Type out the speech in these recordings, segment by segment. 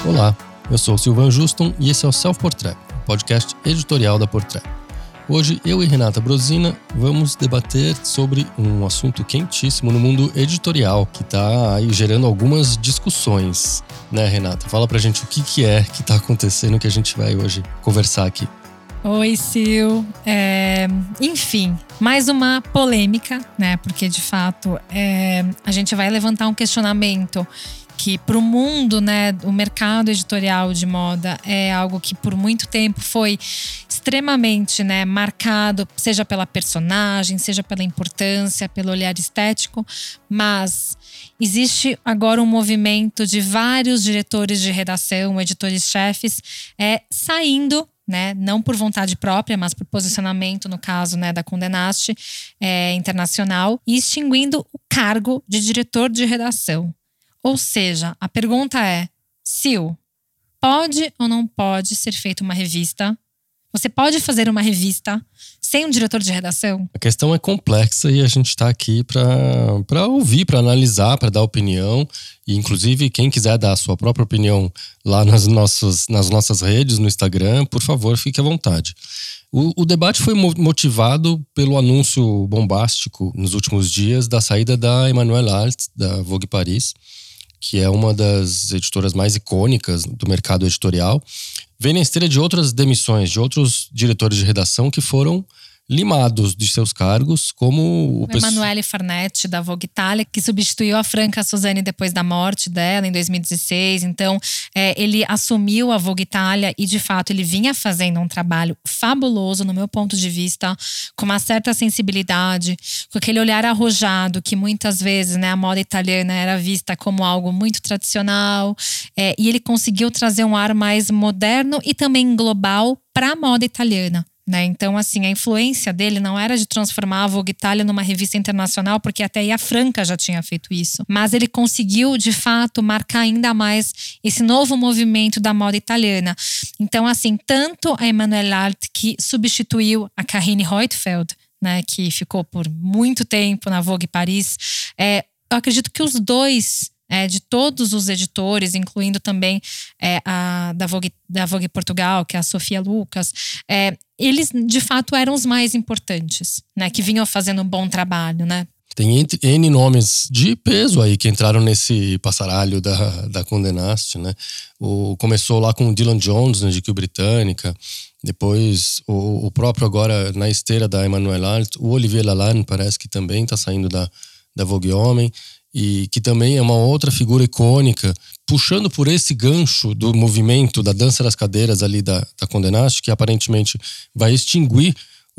Olá, eu sou o Silvan Juston e esse é o Self Portrait, podcast editorial da Portrait. Hoje, eu e Renata Brosina vamos debater sobre um assunto quentíssimo no mundo editorial, que está aí gerando algumas discussões, né, Renata? Fala pra gente o que está acontecendo que a gente vai hoje conversar aqui. Oi, Sil. Enfim, mais uma polêmica, né? Porque, de fato, a gente vai levantar um questionamento que para o mundo, né, o mercado editorial de moda é algo que por muito tempo foi extremamente, né, marcado, seja pela personagem, seja pela importância, pelo olhar estético, mas existe agora um movimento de vários diretores de redação, editores-chefes, saindo, né, não por vontade própria, mas por posicionamento, no caso, né, da Condé Nast Internacional, e extinguindo o cargo de diretor de redação. Ou seja, a pergunta é: Sil, pode ou não pode ser feita uma revista? Você pode fazer uma revista sem um diretor de redação? A questão é complexa e a gente está aqui para ouvir, para analisar, para dar opinião. E, inclusive, quem quiser dar a sua própria opinião lá nas nossas redes, no Instagram, por favor, fique à vontade. O debate foi motivado pelo anúncio bombástico nos últimos dias da saída da Emmanuelle Alt, da Vogue Paris, que é uma das editoras mais icônicas do mercado editorial. Vem na esteira de outras demissões, de outros diretores de redação que foram limados de seus cargos, como o Emanuele Farnetti, da Vogue Italia, que substituiu a Franca Suzani depois da morte dela, em 2016. Então, ele assumiu a Vogue Italia e, de fato, ele vinha fazendo um trabalho fabuloso, no meu ponto de vista, com uma certa sensibilidade, com aquele olhar arrojado que muitas vezes, né, a moda italiana era vista como algo muito tradicional, e ele conseguiu trazer um ar mais moderno e também global para a moda italiana. Né? Então, assim, a influência dele não era de transformar a Vogue Italia numa revista internacional, porque até aí a Franca já tinha feito isso. Mas ele conseguiu, de fato, marcar ainda mais esse novo movimento da moda italiana. Então, assim, tanto a Emmanuelle Alt, que substituiu a Carine Roitfeld, né, que ficou por muito tempo na Vogue Paris, eu acredito que os dois, de todos os editores, incluindo também a da Vogue Portugal, que é a Sofia Lucas, eles de fato eram os mais importantes, né, que vinham fazendo um bom trabalho, né? Tem N nomes de peso aí que entraram nesse passaralho da Condé Nast, né? Começou lá com o Dylan Jones, na GQ britânica. Depois, o próprio agora na esteira da Emmanuelle Alt, o Olivier Lalanne parece que também está saindo da Vogue Homem. E que também é uma outra figura icônica, puxando por esse gancho do movimento da dança das cadeiras ali da Condé Nast, que aparentemente vai extinguir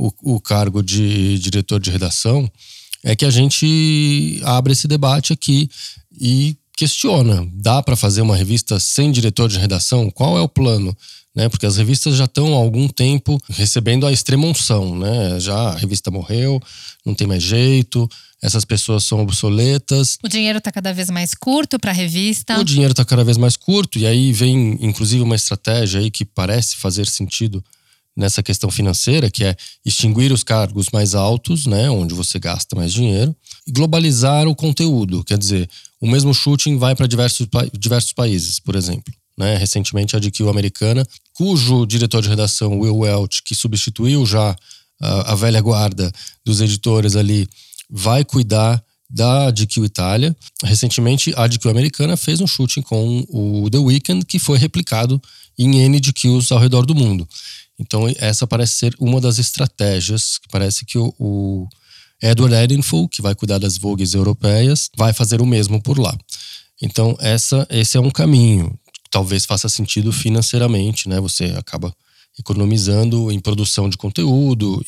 o cargo de diretor de redação, é que a gente abre esse debate aqui e questiona: dá para fazer uma revista sem diretor de redação? Qual é o plano? Né? Porque as revistas já estão há algum tempo recebendo a extrema-unção, né? Já a revista morreu, não tem mais jeito, essas pessoas são obsoletas. O dinheiro está cada vez mais curto para a revista. O dinheiro está cada vez mais curto, e aí vem inclusive uma estratégia aí que parece fazer sentido nessa questão financeira, que é extinguir os cargos mais altos, né, onde você gasta mais dinheiro, e globalizar o conteúdo. Quer dizer, o mesmo shooting vai para diversos países, por exemplo. Né? Recentemente a GQ americana, cujo diretor de redação, Will Welch, que substituiu já a velha guarda dos editores ali, vai cuidar da GQ Itália. Recentemente a GQ americana fez um shooting com o The Weeknd, que foi replicado em N GQs ao redor do mundo. Então essa parece ser uma das estratégias. Parece que o Edward Edenful, que vai cuidar das Vogues europeias, vai fazer o mesmo por lá. Então esse é um caminho. Talvez faça sentido financeiramente, né? Você acaba economizando em produção de conteúdo,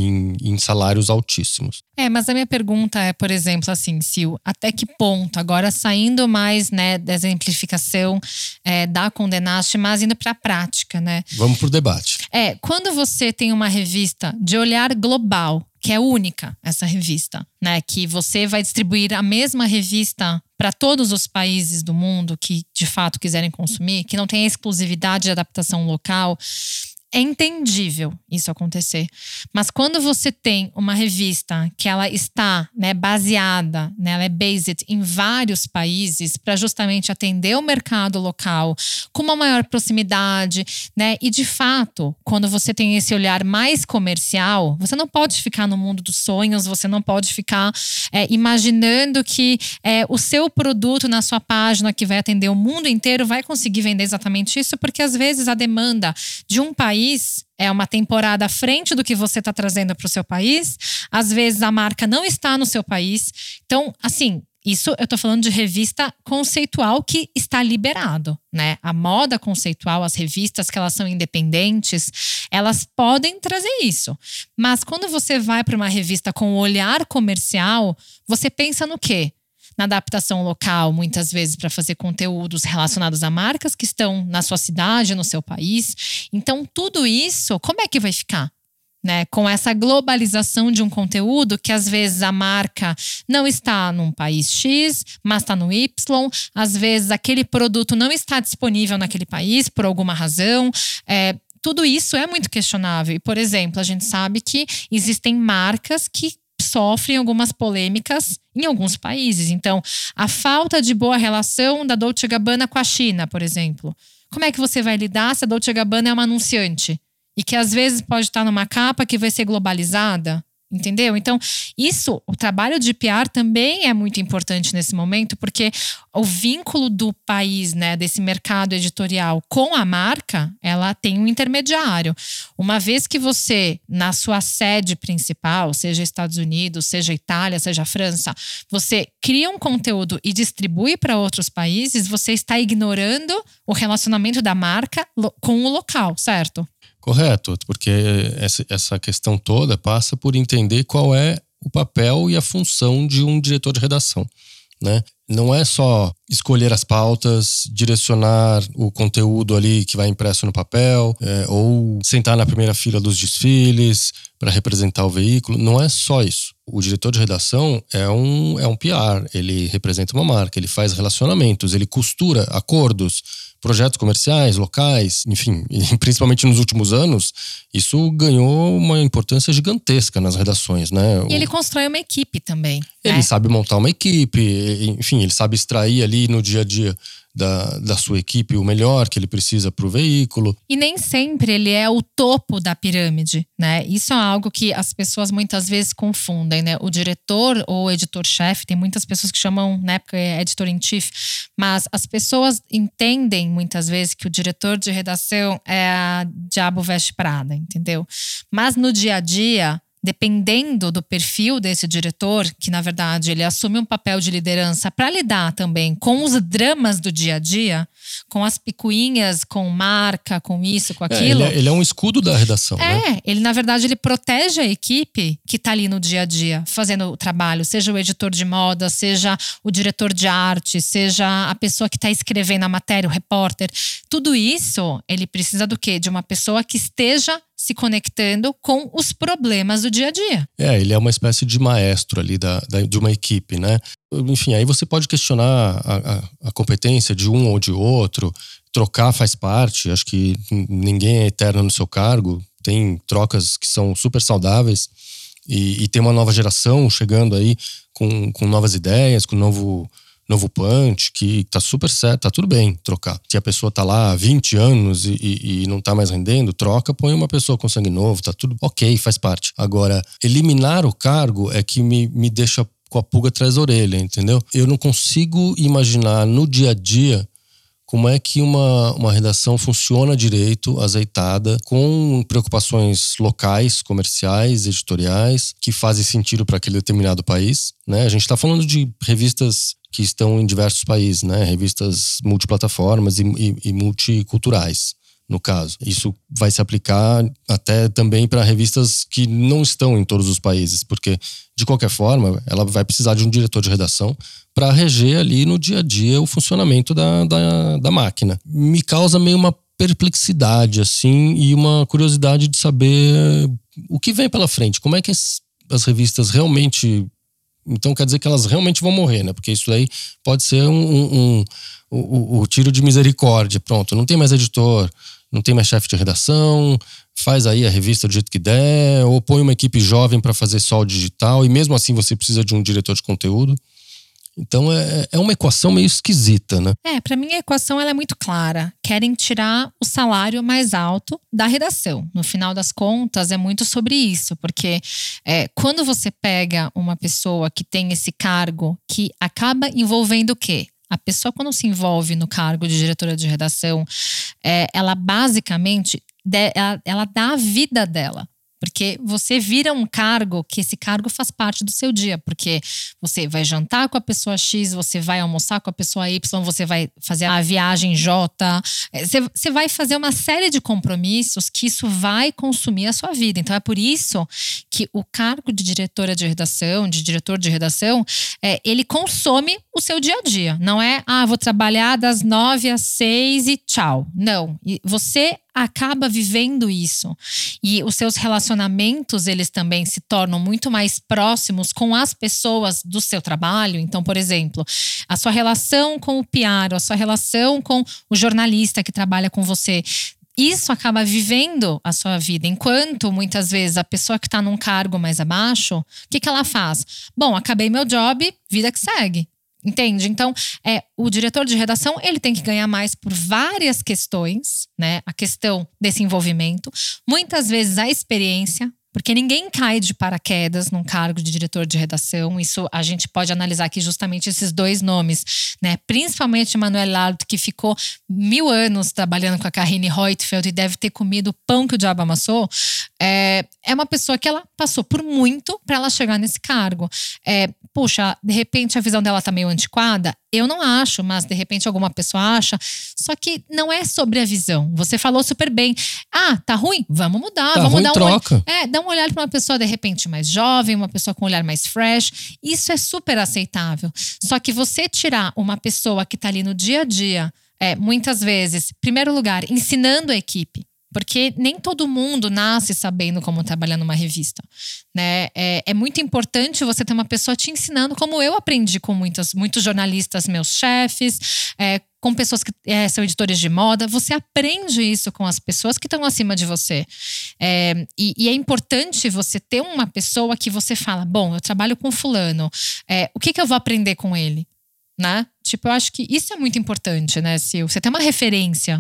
em salários altíssimos. Mas a minha pergunta é, por exemplo, assim, Sil, até que ponto, agora saindo mais, né, da exemplificação da Condé Nast, mas indo para a prática, né? Vamos pro debate. Quando você tem uma revista de olhar global, que é única, essa revista, né? Que você vai distribuir a mesma revista para todos os países do mundo que de fato quiserem consumir, que não tem a exclusividade de adaptação local. É entendível isso acontecer. Mas quando você tem uma revista que ela está, né, baseada, né, ela é based em vários países para justamente atender o mercado local com uma maior proximidade, né? E de fato, quando você tem esse olhar mais comercial, você não pode ficar no mundo dos sonhos, você não pode ficar imaginando que o seu produto na sua página que vai atender o mundo inteiro vai conseguir vender exatamente isso, porque às vezes a demanda de um país é uma temporada à frente do que você está trazendo para o seu país. Às vezes a marca não está no seu país. Então, assim, isso eu estou falando de revista conceitual que está liberado, né? A moda conceitual, as revistas que elas são independentes, elas podem trazer isso. Mas quando você vai para uma revista com olhar comercial, você pensa no quê? Na adaptação local, muitas vezes para fazer conteúdos relacionados a marcas que estão na sua cidade, no seu país. Então, tudo isso, como é que vai ficar? Né? Com essa globalização de um conteúdo que às vezes a marca não está num país X, mas está no Y. Às vezes aquele produto não está disponível naquele país por alguma razão. Tudo isso é muito questionável. E, por exemplo, a gente sabe que existem marcas que sofrem algumas polêmicas em alguns países. Então, a falta de boa relação da Dolce & Gabbana com a China, por exemplo. Como é que você vai lidar se a Dolce & Gabbana é uma anunciante? E que às vezes pode estar numa capa que vai ser globalizada? Entendeu? Então, o trabalho de PR também é muito importante nesse momento, porque o vínculo do país, né, desse mercado editorial com a marca, ela tem um intermediário. Uma vez que você, na sua sede principal, seja Estados Unidos, seja Itália, seja França, você cria um conteúdo e distribui para outros países, você está ignorando o relacionamento da marca com o local, certo? Correto, porque essa questão toda passa por entender qual é o papel e a função de um diretor de redação, né? Não é só escolher as pautas, direcionar o conteúdo ali que vai impresso no papel, ou sentar na primeira fila dos desfiles para representar o veículo. Não é só isso. O diretor de redação é um PR, ele representa uma marca, ele faz relacionamentos, ele costura acordos, projetos comerciais, locais, enfim, e principalmente nos últimos anos, isso ganhou uma importância gigantesca nas redações, né? E ele constrói uma equipe também. Ele sabe montar uma equipe, enfim, ele sabe extrair ali no dia a dia da sua equipe o melhor que ele precisa para o veículo. E nem sempre ele é o topo da pirâmide, né? Isso é algo que as pessoas muitas vezes confundem, né? O diretor ou editor-chefe, tem muitas pessoas que chamam, né, porque é editor-in-chief, mas as pessoas entendem muitas vezes que o diretor de redação é a Diabo Veste Prada, entendeu? Mas no dia a dia, dependendo do perfil desse diretor, que na verdade ele assume um papel de liderança para lidar também com os dramas do dia a dia, com as picuinhas, com marca, com isso, com aquilo. Ele é um escudo da redação, né? Ele na verdade ele protege a equipe que está ali no dia a dia, fazendo o trabalho, seja o editor de moda, seja o diretor de arte, seja a pessoa que está escrevendo a matéria, o repórter. Tudo isso, ele precisa do quê? De uma pessoa que esteja se conectando com os problemas do dia a dia. Ele é uma espécie de maestro ali de uma equipe, né? Enfim, aí você pode questionar a competência de um ou de outro, trocar faz parte, acho que ninguém é eterno no seu cargo, tem trocas que são super saudáveis e tem uma nova geração chegando aí com novas ideias, com novo punch, que tá super certo, tá tudo bem trocar. Se a pessoa tá lá há 20 anos e não tá mais rendendo, troca, põe uma pessoa com sangue novo, tá tudo ok, faz parte. Agora, eliminar o cargo é que me deixa com a pulga atrás da orelha, entendeu? Eu não consigo imaginar no dia a dia como é que uma redação funciona direito, azeitada, com preocupações locais, comerciais, editoriais, que fazem sentido para aquele determinado país, né? A gente está falando de revistas que estão em diversos países, né? Revistas multiplataformas e multiculturais, no caso. Isso vai se aplicar até também para revistas que não estão em todos os países, porque, de qualquer forma, ela vai precisar de um diretor de redação para reger ali no dia a dia o funcionamento da máquina. Me causa meio uma perplexidade, assim, e uma curiosidade de saber o que vem pela frente. Como é que as revistas realmente... Então quer dizer que elas realmente vão morrer, né? Porque isso aí pode ser o tiro de misericórdia. Pronto, não tem mais editor, não tem mais chefe de redação, faz aí a revista do jeito que der, ou põe uma equipe jovem para fazer só o digital, e mesmo assim você precisa de um diretor de conteúdo. Então é uma equação meio esquisita, né? Para mim a equação ela é muito clara. Querem tirar o salário mais alto da redação. No final das contas é muito sobre isso, porque quando você pega uma pessoa que tem esse cargo que acaba envolvendo o quê? A pessoa quando se envolve no cargo de diretora de redação, ela basicamente ela dá a vida dela. Porque você vira um cargo que esse cargo faz parte do seu dia. Porque você vai jantar com a pessoa X, você vai almoçar com a pessoa Y, você vai fazer a viagem J. Você vai fazer uma série de compromissos que isso vai consumir a sua vida. Então é por isso que o cargo de diretora de redação, de diretor de redação, ele consome o seu dia a dia. Não é, vou trabalhar das 9 às 6 e tchau. Não. E você acaba vivendo isso. E os seus relacionamentos, eles também se tornam muito mais próximos com as pessoas do seu trabalho. Então, por exemplo, a sua relação com o PR, a sua relação com o jornalista que trabalha com você, isso acaba vivendo a sua vida. Enquanto, muitas vezes, a pessoa que está num cargo mais abaixo, o que ela faz? Bom, acabei meu job, vida que segue. Entende? Então, o diretor de redação, ele tem que ganhar mais por várias questões, né? A questão desse envolvimento, muitas vezes a experiência, porque ninguém cai de paraquedas num cargo de diretor de redação. Isso a gente pode analisar aqui justamente esses dois nomes, né? Principalmente Manuel Lardo, que ficou 1000 anos trabalhando com a Carine Roitfeld e deve ter comido o pão que o diabo amassou. É uma pessoa que ela passou por muito para ela chegar nesse cargo. Puxa, de repente a visão dela tá meio antiquada? Eu não acho, mas de repente alguma pessoa acha. Só que não é sobre a visão. Você falou super bem. Tá ruim? Vamos mudar. Tá vamos ruim, dar troca. Dá um olhar para uma pessoa de repente mais jovem, uma pessoa com um olhar mais fresh. Isso é super aceitável. Só que você tirar uma pessoa que tá ali no dia a dia, muitas vezes, em primeiro lugar, ensinando a equipe. Porque nem todo mundo nasce sabendo como trabalhar numa revista, né? É muito importante você ter uma pessoa te ensinando, como eu aprendi com muitos jornalistas, meus chefes, com pessoas que são editores de moda. Você aprende isso com as pessoas que estão acima de você. E é importante você ter uma pessoa que você fala, bom, eu trabalho com fulano, o que eu vou aprender com ele? Né? Tipo, eu acho que isso é muito importante, né, Sil? Você tem uma referência.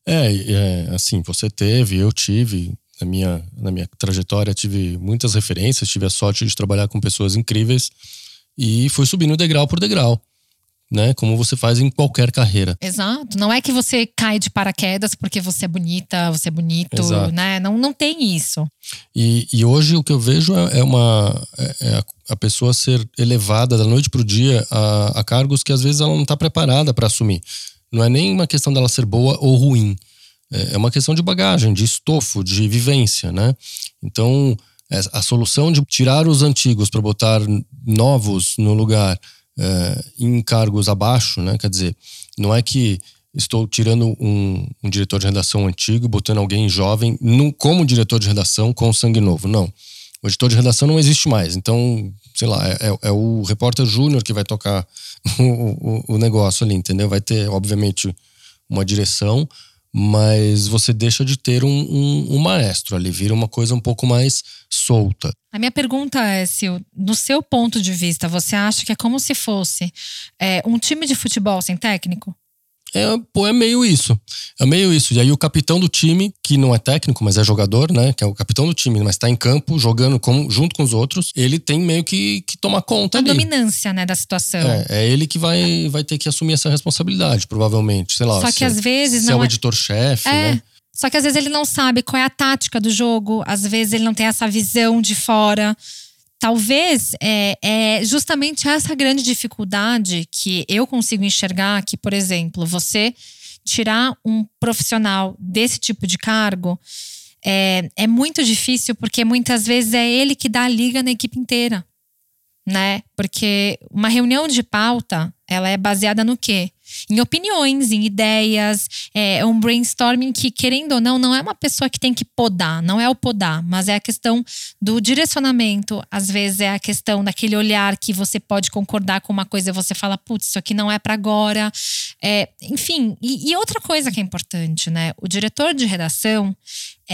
Assim, eu tive, na minha trajetória, tive muitas referências, tive a sorte de trabalhar com pessoas incríveis e fui subindo degrau por degrau, né? Como você faz em qualquer carreira. Exato. Não é que você cai de paraquedas porque você é bonita, você é bonito, exato, né? Não tem isso. E hoje o que eu vejo é a pessoa ser elevada da noite pro dia a cargos que às vezes ela não está preparada para assumir. Não é nem uma questão dela ser boa ou ruim. É uma questão de bagagem, de estofo, de vivência, né? Então, a solução de tirar os antigos para botar novos no lugar em cargos abaixo, né? Quer dizer, não é que estou tirando um diretor de redação antigo e botando alguém jovem como diretor de redação com sangue novo. Não. O editor de redação não existe mais. Então, sei lá, é o repórter júnior que vai tocar o negócio ali, entendeu? Vai ter, obviamente, uma direção, mas você deixa de ter um maestro ali, vira uma coisa um pouco mais solta. A minha pergunta é, Sil, no seu ponto de vista, você acha que é como se fosse um time de futebol sem técnico? É meio isso. É meio isso. E aí o capitão do time, que não é técnico, mas é jogador, né? Que é o capitão do time, mas tá em campo, jogando junto com os outros. Ele tem meio que tomar conta ali. A dominância, né, da situação. É ele que vai ter que assumir essa responsabilidade, provavelmente. Sei lá. Só que às vezes não é o editor-chefe, né? Só que às vezes ele não sabe qual é a tática do jogo. Às vezes ele não tem essa visão de fora. Talvez é justamente essa grande dificuldade que eu consigo enxergar que, por exemplo, você tirar um profissional desse tipo de cargo é muito difícil, porque muitas vezes é ele que dá a liga na equipe inteira, né? Porque uma reunião de pauta, ela é baseada no quê? Em opiniões, em ideias, é um brainstorming que, querendo ou não é uma pessoa que tem que podar, não é o podar, mas é a questão do direcionamento, às vezes é a questão daquele olhar que você pode concordar com uma coisa e você fala, putz, isso aqui não é para agora, enfim, e outra coisa que é importante, né, o diretor de redação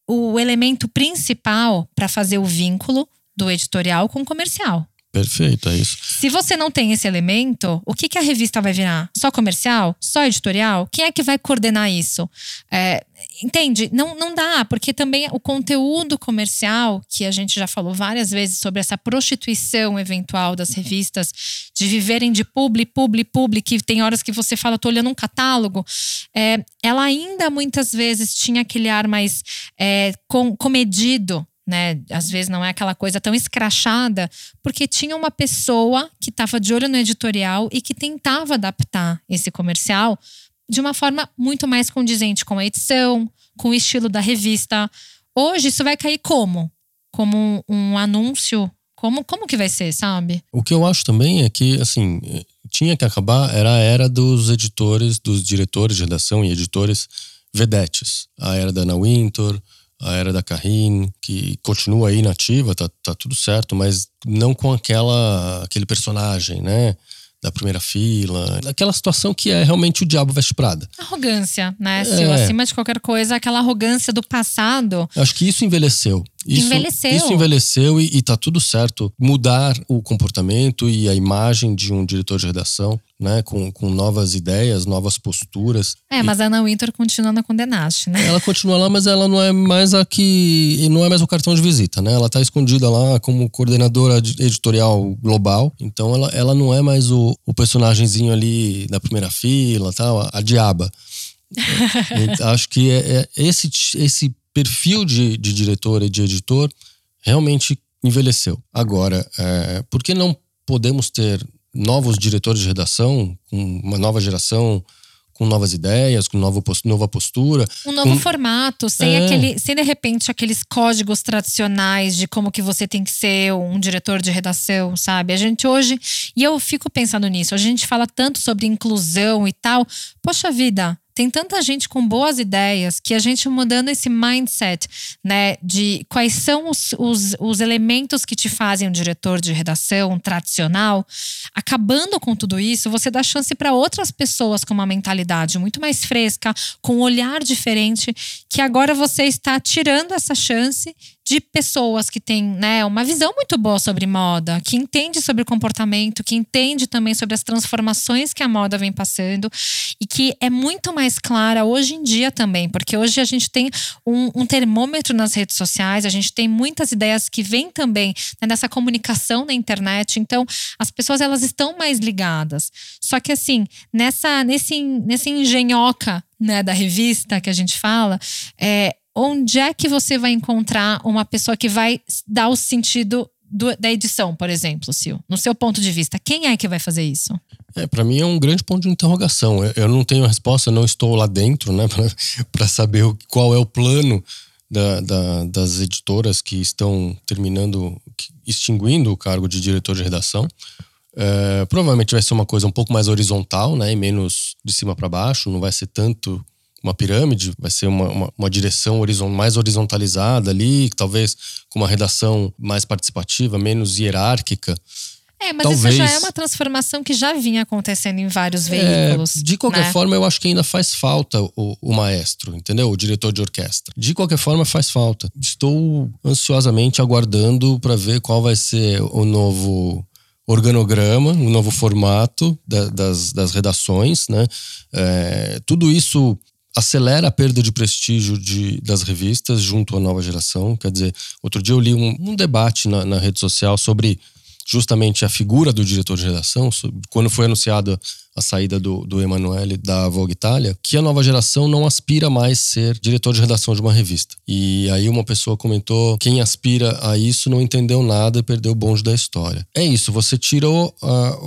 o elemento principal para fazer o vínculo do editorial com o comercial. Perfeito, é isso. Se você não tem esse elemento, o que a revista vai virar? Só comercial? Só editorial? Quem é que vai coordenar isso? Entende? Não dá, porque também o conteúdo comercial, que a gente já falou várias vezes sobre essa prostituição eventual das revistas, de viverem de publi, que tem horas que você fala, tô olhando um catálogo, ela ainda muitas vezes tinha aquele ar mais comedido, né? Às vezes não é aquela coisa tão escrachada, porque tinha uma pessoa que estava de olho no editorial e que tentava adaptar esse comercial de uma forma muito mais condizente com a edição, com o estilo da revista. Hoje isso vai cair como? Como um anúncio? Como que vai ser, sabe? O que eu acho também é que, assim, tinha que acabar, era a era dos editores, dos diretores de redação e editores vedetes. A era da Anna Wintour, a era da Carine, que continua aí nativa, tá tudo certo, mas não com aquele personagem, né? Da primeira fila, aquela situação que é realmente o diabo veste Prada. Arrogância, né? Se acima de qualquer coisa, aquela arrogância do passado. Acho que isso envelheceu. Isso envelheceu e tá tudo certo. Mudar o comportamento e a imagem de um diretor de redação, né? Com novas ideias, novas posturas. Mas a Anna Wintour continua na Condenaste, né? Ela continua lá, mas ela não é mais não é mais o cartão de visita, né? Ela tá escondida lá como coordenadora editorial global. Então ela não é mais o personagemzinho ali da primeira fila, tal, a diaba. Acho que esse perfil de diretor e de editor realmente envelheceu. Agora, por que não podemos ter novos diretores de redação, com uma nova geração, com novas ideias, com nova postura? Um novo formato, sem de repente aqueles códigos tradicionais de como que você tem que ser um diretor de redação, sabe? A gente hoje, e eu fico pensando nisso, a gente fala tanto sobre inclusão e tal, poxa vida, tem tanta gente com boas ideias que a gente mudando esse mindset, né, de quais são os elementos que te fazem um diretor de redação tradicional, acabando com tudo isso, você dá chance para outras pessoas com uma mentalidade muito mais fresca, com um olhar diferente, que agora você está tirando essa chance de pessoas que têm, né, uma visão muito boa sobre moda, que entende sobre comportamento, que entende também sobre as transformações que a moda vem passando e que é muito mais clara hoje em dia também, porque hoje a gente tem um termômetro nas redes sociais, a gente tem muitas ideias que vêm também, né, nessa comunicação na internet, então as pessoas elas estão mais ligadas. Só que assim, nesse engenhoca, né, da revista que a gente fala, onde é que você vai encontrar uma pessoa que vai dar o sentido da edição, por exemplo, Sil? No seu ponto de vista, quem é que vai fazer isso? Para mim é um grande ponto de interrogação. Eu não tenho a resposta, eu não estou lá dentro, né, para saber qual é o plano das editoras que estão extinguindo o cargo de diretor de redação. Provavelmente vai ser uma coisa um pouco mais horizontal, né, e menos de cima para baixo, não vai ser tanto uma pirâmide, vai ser uma direção mais horizontalizada ali, talvez com uma redação mais participativa, menos hierárquica. Mas talvez. Isso já é uma transformação que já vinha acontecendo em vários veículos. De qualquer forma, eu acho que ainda faz falta o maestro, entendeu? O diretor de orquestra. De qualquer forma, faz falta. Estou ansiosamente aguardando para ver qual vai ser o novo organograma, o novo formato das redações, né? Tudo isso acelera a perda de prestígio das revistas junto à nova geração. Quer dizer, outro dia eu li um debate na rede social sobre justamente a figura do diretor de redação, quando foi anunciada a saída do Emanuele da Vogue Itália, que a nova geração não aspira mais ser diretor de redação de uma revista. E aí uma pessoa comentou, quem aspira a isso não entendeu nada e perdeu o bonde da história. É isso, você tirou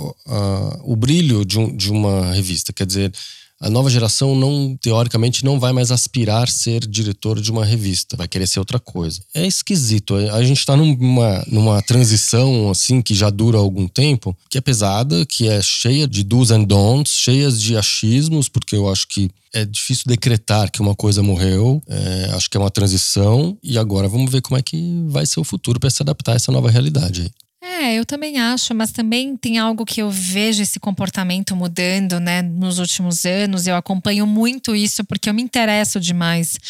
o brilho de uma revista, quer dizer, a nova geração teoricamente não vai mais aspirar ser diretor de uma revista, vai querer ser outra coisa. É esquisito, a gente tá numa transição assim que já dura algum tempo, que é pesada, que é cheia de do's and don'ts, cheias de achismos, porque eu acho que é difícil decretar que uma coisa morreu, acho que é uma transição e agora vamos ver como é que vai ser o futuro para se adaptar a essa nova realidade aí. Eu também acho, mas também tem algo que eu vejo esse comportamento mudando, né, nos últimos anos. Eu acompanho muito isso porque eu me interesso demais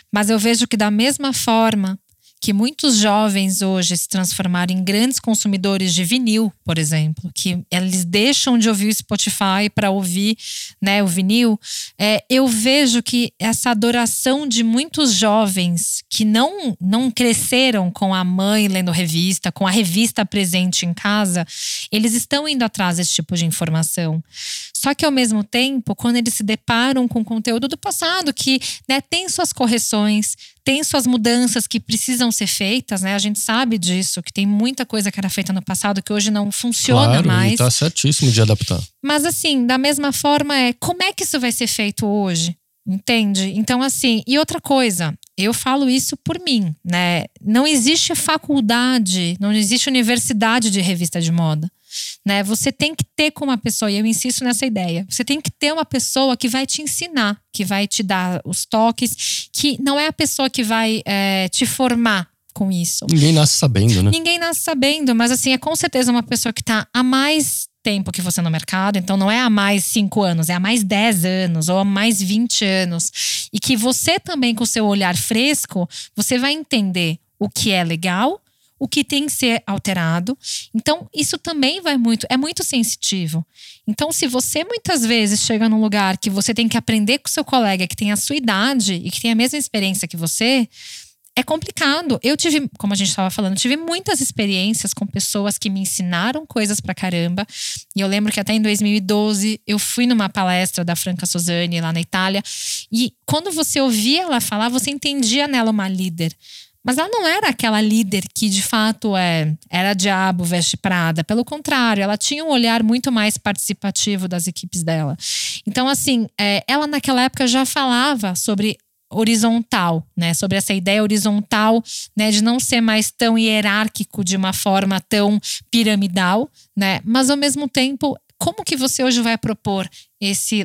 Mas eu vejo que da mesma forma que muitos jovens hoje se transformaram em grandes consumidores de vinil, por exemplo, que eles deixam de ouvir o Spotify para ouvir, né, o vinil, eu vejo que essa adoração de muitos jovens que não cresceram com a mãe lendo revista, com a revista presente em casa, eles estão indo atrás desse tipo de informação. Só que ao mesmo tempo, quando eles se deparam com conteúdo do passado, que, né, tem suas correções, tem suas mudanças que precisam ser feitas, né? A gente sabe disso, que tem muita coisa que era feita no passado que hoje não funciona mais. E tá certíssimo de adaptar. Mas assim, da mesma forma como é que isso vai ser feito hoje? Entende? Então assim, e outra coisa, eu falo isso por mim, né? Não existe faculdade, não existe universidade de revista de moda, né? Você tem que ter com uma pessoa, e eu insisto nessa ideia, você tem que ter uma pessoa que vai te ensinar, que vai te dar os toques, que não é a pessoa que vai te formar com isso. Ninguém nasce sabendo, né? Ninguém nasce sabendo, mas assim, é com certeza uma pessoa que tá há mais tempo que você no mercado, então não é há mais 5 anos, é há mais 10 anos ou há mais 20 anos. E que você também, com o seu olhar fresco, você vai entender o que é legal, o que tem que ser alterado. Então, isso também é muito sensitivo. Então, se você muitas vezes chega num lugar que você tem que aprender com o seu colega que tem a sua idade e que tem a mesma experiência que você, é complicado. Eu tive, como a gente estava falando, tive muitas experiências com pessoas que me ensinaram coisas pra caramba. E eu lembro que até em 2012 eu fui numa palestra da Franca Suzane lá na Itália. E quando você ouvia ela falar, você entendia nela uma líder. Mas ela não era aquela líder que de fato era diabo, veste Prada. Pelo contrário, ela tinha um olhar muito mais participativo das equipes dela. Então assim, ela naquela época já falava sobre horizontal, né? Sobre essa ideia horizontal, né? De não ser mais tão hierárquico de uma forma tão piramidal, né? Mas ao mesmo tempo, como que você hoje vai propor esse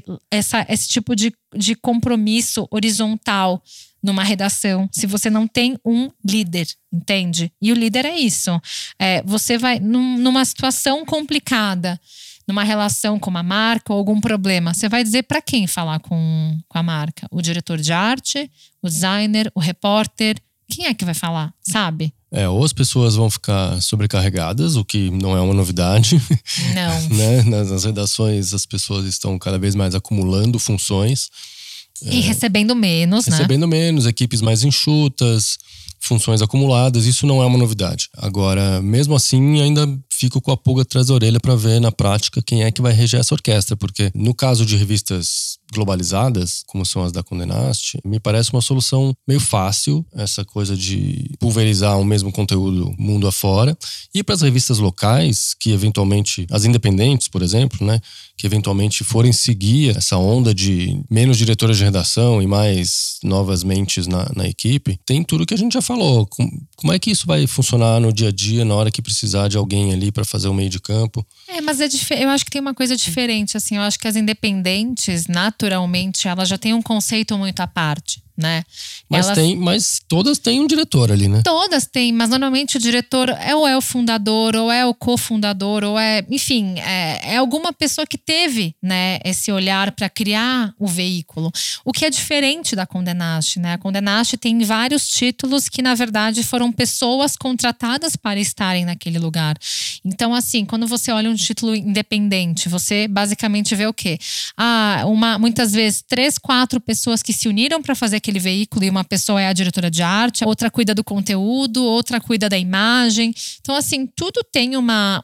tipo de compromisso horizontal numa redação, se você não tem um líder, entende? E o líder é isso. Você vai numa situação complicada, numa relação com uma marca ou algum problema, você vai dizer para quem falar com a marca? O diretor de arte, o designer, o repórter? Quem é que vai falar, sabe? Ou as pessoas vão ficar sobrecarregadas, o que não é uma novidade. Não. Né? Nas redações, as pessoas estão cada vez mais acumulando funções. E recebendo menos, né? Recebendo menos, equipes mais enxutas, funções acumuladas, isso não é uma novidade. Agora, mesmo assim, ainda fico com a pulga atrás da orelha para ver na prática quem é que vai reger essa orquestra, porque no caso de revistas globalizadas, como são as da Condé Nast, me parece uma solução meio fácil, essa coisa de pulverizar o mesmo conteúdo mundo afora. E para as revistas locais, que eventualmente, as independentes, por exemplo, né, que eventualmente forem seguir essa onda de menos diretoras de redação e mais novas mentes na equipe, tem tudo que a gente já falou. Como é que isso vai funcionar no dia a dia, na hora que precisar de alguém ali para fazer o meio de campo? Mas eu acho que tem uma coisa diferente, assim, eu acho que as independentes, naturalmente, elas já têm um conceito muito à parte, né? Mas todas têm um diretor ali, né? Todas têm, mas normalmente o diretor ou é o fundador, ou é o cofundador, ou enfim, é alguma pessoa que teve, né, esse olhar para criar o veículo. O que é diferente da Condé Nast, né? A Condé Nast tem vários títulos que, na verdade, foram pessoas contratadas para estarem naquele lugar. Então, assim, quando você olha um título independente, você basicamente vê o quê? Muitas vezes 3, 4 pessoas que se uniram para fazer aquele veículo, e uma pessoa é a diretora de arte, outra cuida do conteúdo, outra cuida da imagem. Então, assim, tudo tem uma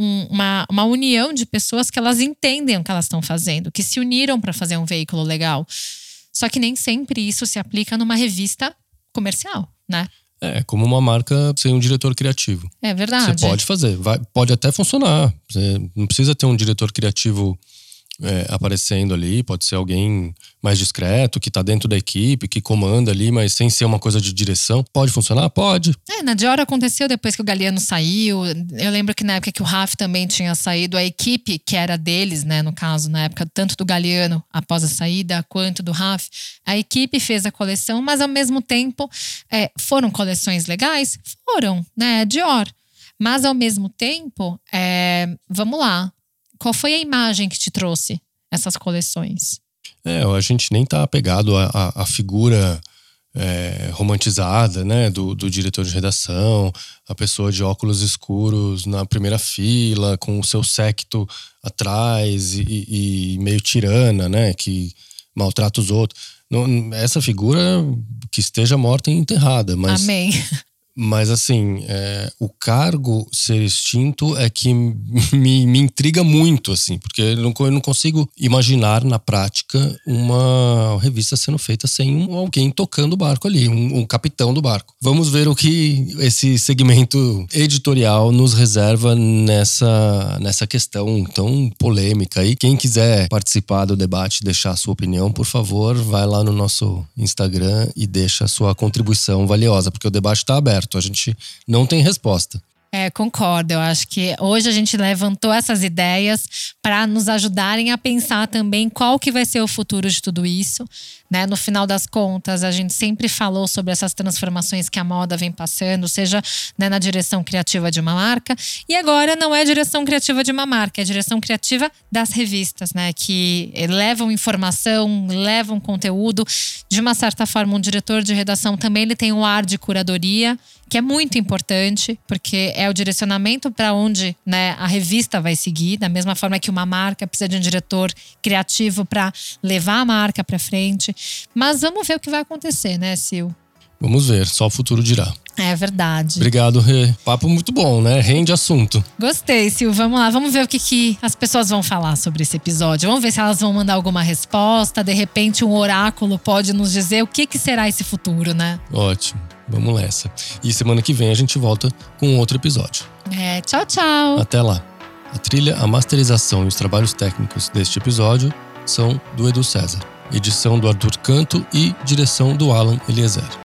união de pessoas que elas entendem o que elas estão fazendo, que se uniram para fazer um veículo legal. Só que nem sempre isso se aplica numa revista comercial, né? Como uma marca sem um diretor criativo. É verdade. Você pode fazer, pode até funcionar. Você não precisa ter um diretor criativo aparecendo ali, pode ser alguém mais discreto, que tá dentro da equipe, que comanda ali, mas sem ser uma coisa de direção. Pode funcionar? Pode. Na Dior aconteceu depois que o Galliano saiu. Eu lembro que na época que o Raf também tinha saído, a equipe que era deles, né, no caso, na época, tanto do Galliano após a saída, quanto do Raf, a equipe fez a coleção, mas ao mesmo tempo foram coleções legais? Foram, né, Dior. Mas ao mesmo tempo, vamos lá, qual foi a imagem que te trouxe essas coleções? A gente nem tá apegado à figura romantizada, né, do diretor de redação, a pessoa de óculos escuros na primeira fila, com o seu séquito atrás e meio tirana, né, que maltrata os outros. Não, essa figura que esteja morta e enterrada. Mas, amém. Mas assim, o cargo ser extinto é que me intriga muito, assim, porque eu não consigo imaginar na prática uma revista sendo feita sem alguém tocando o barco ali, um capitão do barco. Vamos ver o que esse segmento editorial nos reserva nessa questão tão polêmica. E quem quiser participar do debate, deixar a sua opinião, por favor, vai lá no nosso Instagram e deixa a sua contribuição valiosa, porque o debate está aberto. A gente não tem resposta. Concordo. Eu acho que hoje a gente levantou essas ideias para nos ajudarem a pensar também qual que vai ser o futuro de tudo isso, né? No final das contas, a gente sempre falou sobre essas transformações que a moda vem passando, seja, né, na direção criativa de uma marca. E agora não é direção criativa de uma marca, é direção criativa das revistas, né? Que levam informação, levam conteúdo. De uma certa forma, um diretor de redação também ele tem um ar de curadoria, que é muito importante, porque é o direcionamento para onde, né, a revista vai seguir, da mesma forma que uma marca precisa de um diretor criativo para levar a marca para frente. Mas vamos ver o que vai acontecer, né, Sil? Vamos ver, só o futuro dirá. É verdade. Obrigado, Rê. Papo muito bom, né? Rende assunto. Gostei, Sil. Vamos lá, vamos ver o que as pessoas vão falar sobre esse episódio. Vamos ver se elas vão mandar alguma resposta. De repente, um oráculo pode nos dizer o que será esse futuro, né? Ótimo. Vamos nessa. E semana que vem a gente volta com outro episódio. Tchau, tchau. Até lá. A trilha, a masterização e os trabalhos técnicos deste episódio são do Edu César. Edição do Arthur Canto e direção do Alan Eliezer.